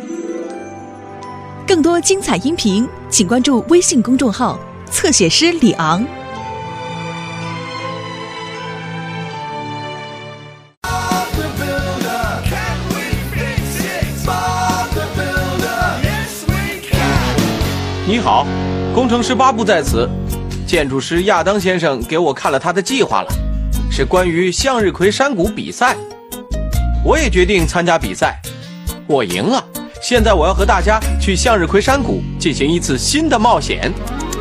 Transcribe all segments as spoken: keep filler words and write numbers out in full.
更多精彩音频，请关注微信公众号“侧写师李昂”。 你好，工程师巴布在此。建筑师亚当先生给我看了他的计划了，是关于向日葵山谷比赛。我也决定参加比赛，我赢了。现在我要和大家去向日葵山谷进行一次新的冒险。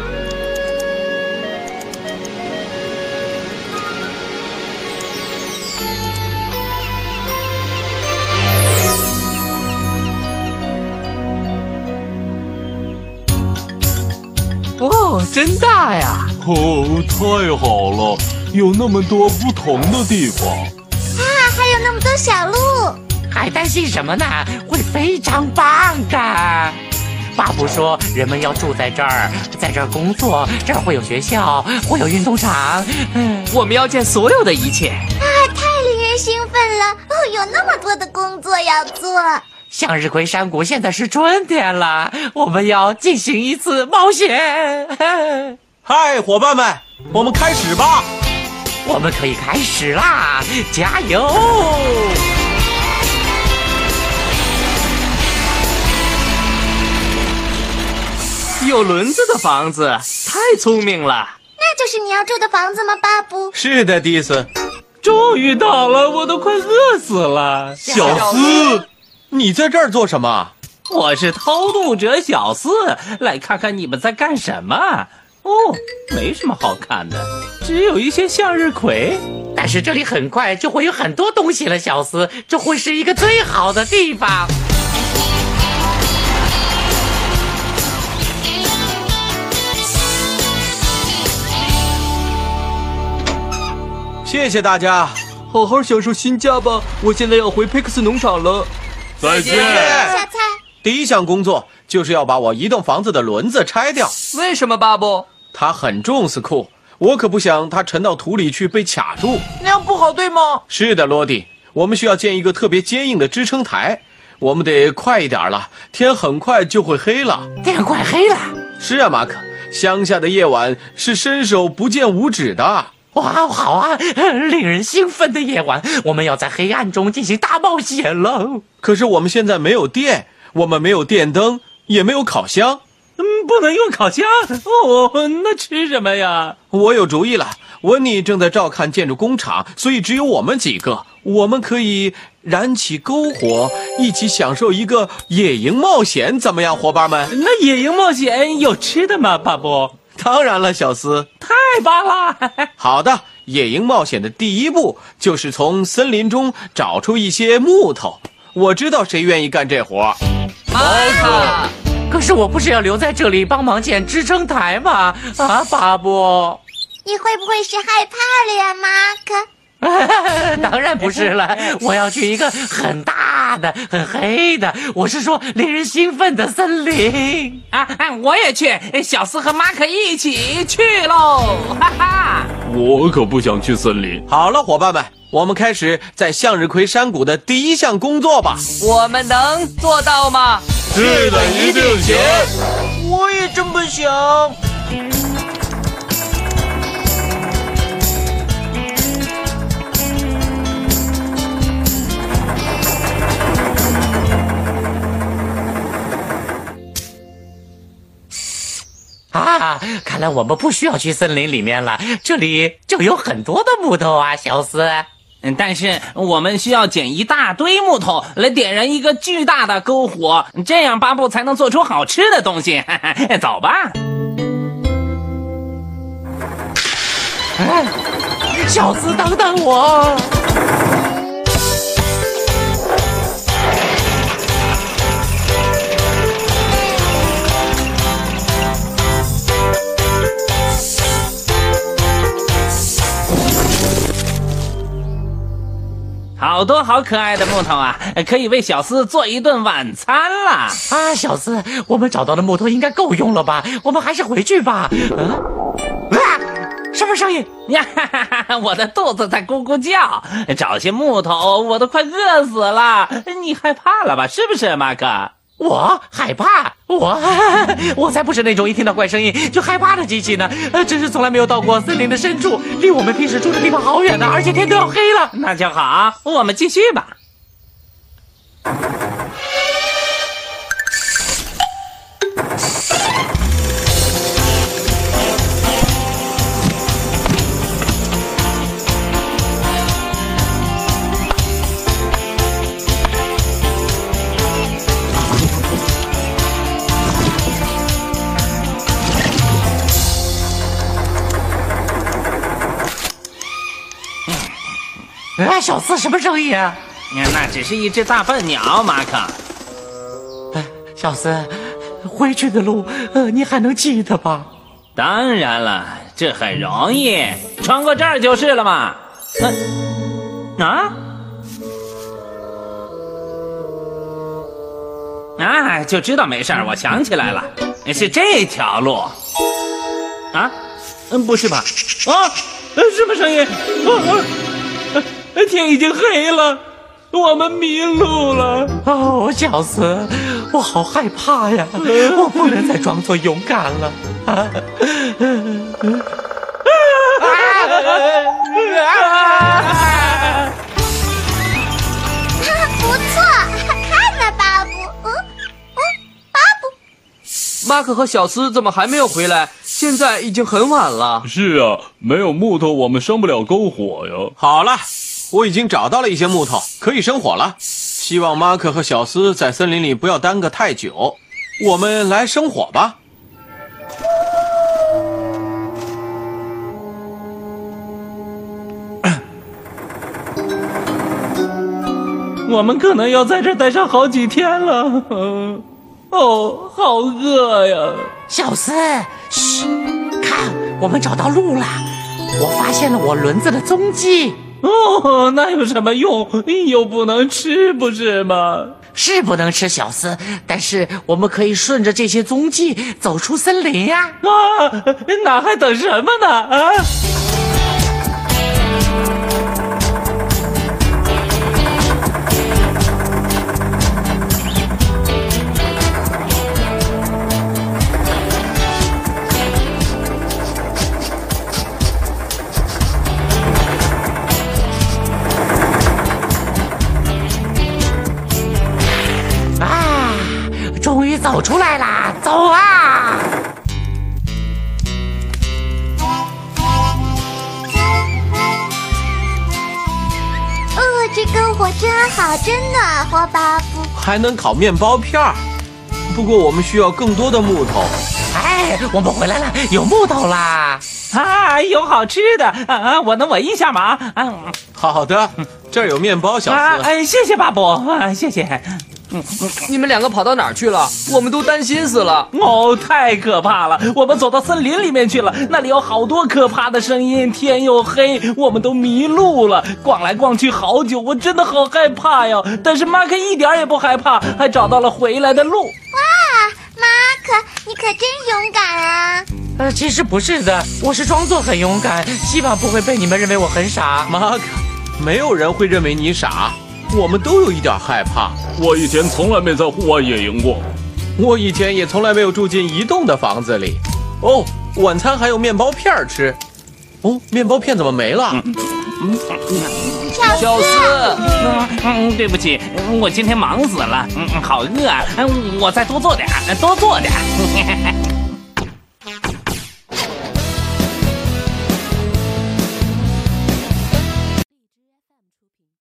哦，真大呀！ 哦，太好了，有那么多不同的地方。 啊，还有那么多小路。 还担心什么呢？会非常棒的。巴布说，人们要住在这儿，在这儿工作，这儿会有学校，会有运动场。嗯，我们要见所有的一切。 啊，太令人兴奋了！哦，有那么多的工作要做。 向日葵山谷现在是春天了，我们要进行一次冒险。 嗨，伙伴们，我们开始吧！ 我们可以开始啦，加油！ 有轮子的房子，太聪明了。 那就是你要住的房子吗，巴布？ 是的，迪斯。 终于到了，我都快饿死了。 小斯，你在这儿做什么？ 我是偷渡者小斯，来看看你们在干什么。哦，没什么好看的，只有一些向日葵。 但是这里很快就会有很多东西了，小斯，这会是一个最好的地方。 谢谢大家， 好好享受新家吧。我现在要回佩克斯农场了。 再见。 小菜。 第一项工作就是要把我移动房子的轮子拆掉。 为什么，巴布？ 它很重，斯库，我可不想它沉到土里去被卡住。 那样不好，对吗？ 是的，罗迪，我们需要建一个特别坚硬的支撑台。我们得快一点了，天很快就会黑了。 天快黑了。 是啊，马可，乡下的夜晚是伸手不见五指的。 哇，好啊，令人兴奋的夜晚，我们要在黑暗中进行大冒险了。 可是我们现在没有电，我们没有电灯，也没有烤箱。 嗯，不能用烤箱。哦，那吃什么呀？ 我有主意了，温妮正在照看建筑工厂，所以只有我们几个。我们可以燃起篝火，一起享受一个野营冒险，怎么样，伙伴们？ 那野营冒险有吃的吗，巴布？ 当然了，小斯。 太棒了！ 好的，野营冒险的第一步就是从森林中找出一些木头。我知道谁愿意干这活。 马可， 可是我不是要留在这里帮忙建支撑台吗？啊，巴布， 你会不会是害怕了呀，马可？ 当然不是了，我要去一个很大的、很黑的，我是说令人兴奋的森林啊！我也去，小斯和马可一起去喽！哈哈！ 我可不想去森林。 好了，伙伴们，我们开始在向日葵山谷的第一项工作吧。 我们能做到吗？ 是的，一定行。 我也这么想。 啊，看来我们不需要去森林里面了，这里就有很多的木头啊，小斯。 嗯，但是我们需要捡一大堆木头来点燃一个巨大的篝火，这样巴布才能做出好吃的东西。走吧。 哎，小斯，等等我。 好多好可爱的木头啊，可以为小斯做一顿晚餐啦！ 啊，小斯，我们找到的木头应该够用了吧？我们还是回去吧。嗯，啊，什么声音呀？哈哈哈！我的肚子在咕咕叫，找些木头，我都快饿死了。你害怕了吧？是不是，马克？ 我害怕，我我才不是那种一听到怪声音就害怕的机器呢。呃，只是从来没有到过森林的深处，离我们平时住的地方好远呢，而且天都要黑了。 那就好，我们继续吧。 哎，小四，什么声音啊？ 那只是一只大笨鸟，马可。 哎，小四，回去的路，呃，你还能记得吧？ 当然了，这很容易，穿过这儿就是了嘛。嗯、啊啊，就知道没事儿，我想起来了，是这条路。啊，嗯，不是吧？啊，什么声音？啊啊！天已经黑了，我们迷路了。 哦，小四，我好害怕呀！我不能再装作勇敢了。啊啊啊不错，看呐，巴布。嗯嗯，巴布。 马可和小斯怎么还没有回来？现在已经很晚了。 是啊，没有木头我们生不了篝火呀。 好了，我已经找到了一些木头，可以生火了。希望马可和小斯在森林里不要耽搁太久。我们来生火吧。 我们可能要在这儿待上好几天了。哦，好饿呀！ 小四，嘘，看，我们找到路了。我发现了我轮子的踪迹。 哦，那有什么用？又不能吃，不是吗？ 是不能吃，小四，但是我们可以顺着这些踪迹走出森林呀！ 啊，那还等什么呢？啊！ 终于走出来啦！走啊！ 哦，这篝火真好，真暖和，巴布。 还能烤面包片儿，不过我们需要更多的木头。 哎，我们回来了，有木头啦！ 啊，有好吃的啊！我能闻一下吗？啊， 好的，这儿有面包，小斯。 啊，哎，谢谢巴布，啊，谢谢。 嗯，你们两个跑到哪儿去了？我们都担心死了。 哦，太可怕了！我们走到森林里面去了，那里有好多可怕的声音，天又黑，我们都迷路了，逛来逛去好久，我真的好害怕呀！但是马可一点也不害怕，还找到了回来的路。 哇，马可，你可真勇敢啊！ 呃，其实不是的，我是装作很勇敢，希望不会被你们认为我很傻。 马可，没有人会认为你傻。我们都有一点害怕。 我以前从来没在户外野营过， 我以前也从来没有住进一栋的房子里。哦，晚餐还有面包片吃。哦，面包片怎么没了？嗯嗯， 小斯， 嗯嗯，对不起，我今天忙死了，嗯，好饿啊，我再多做点，多做点。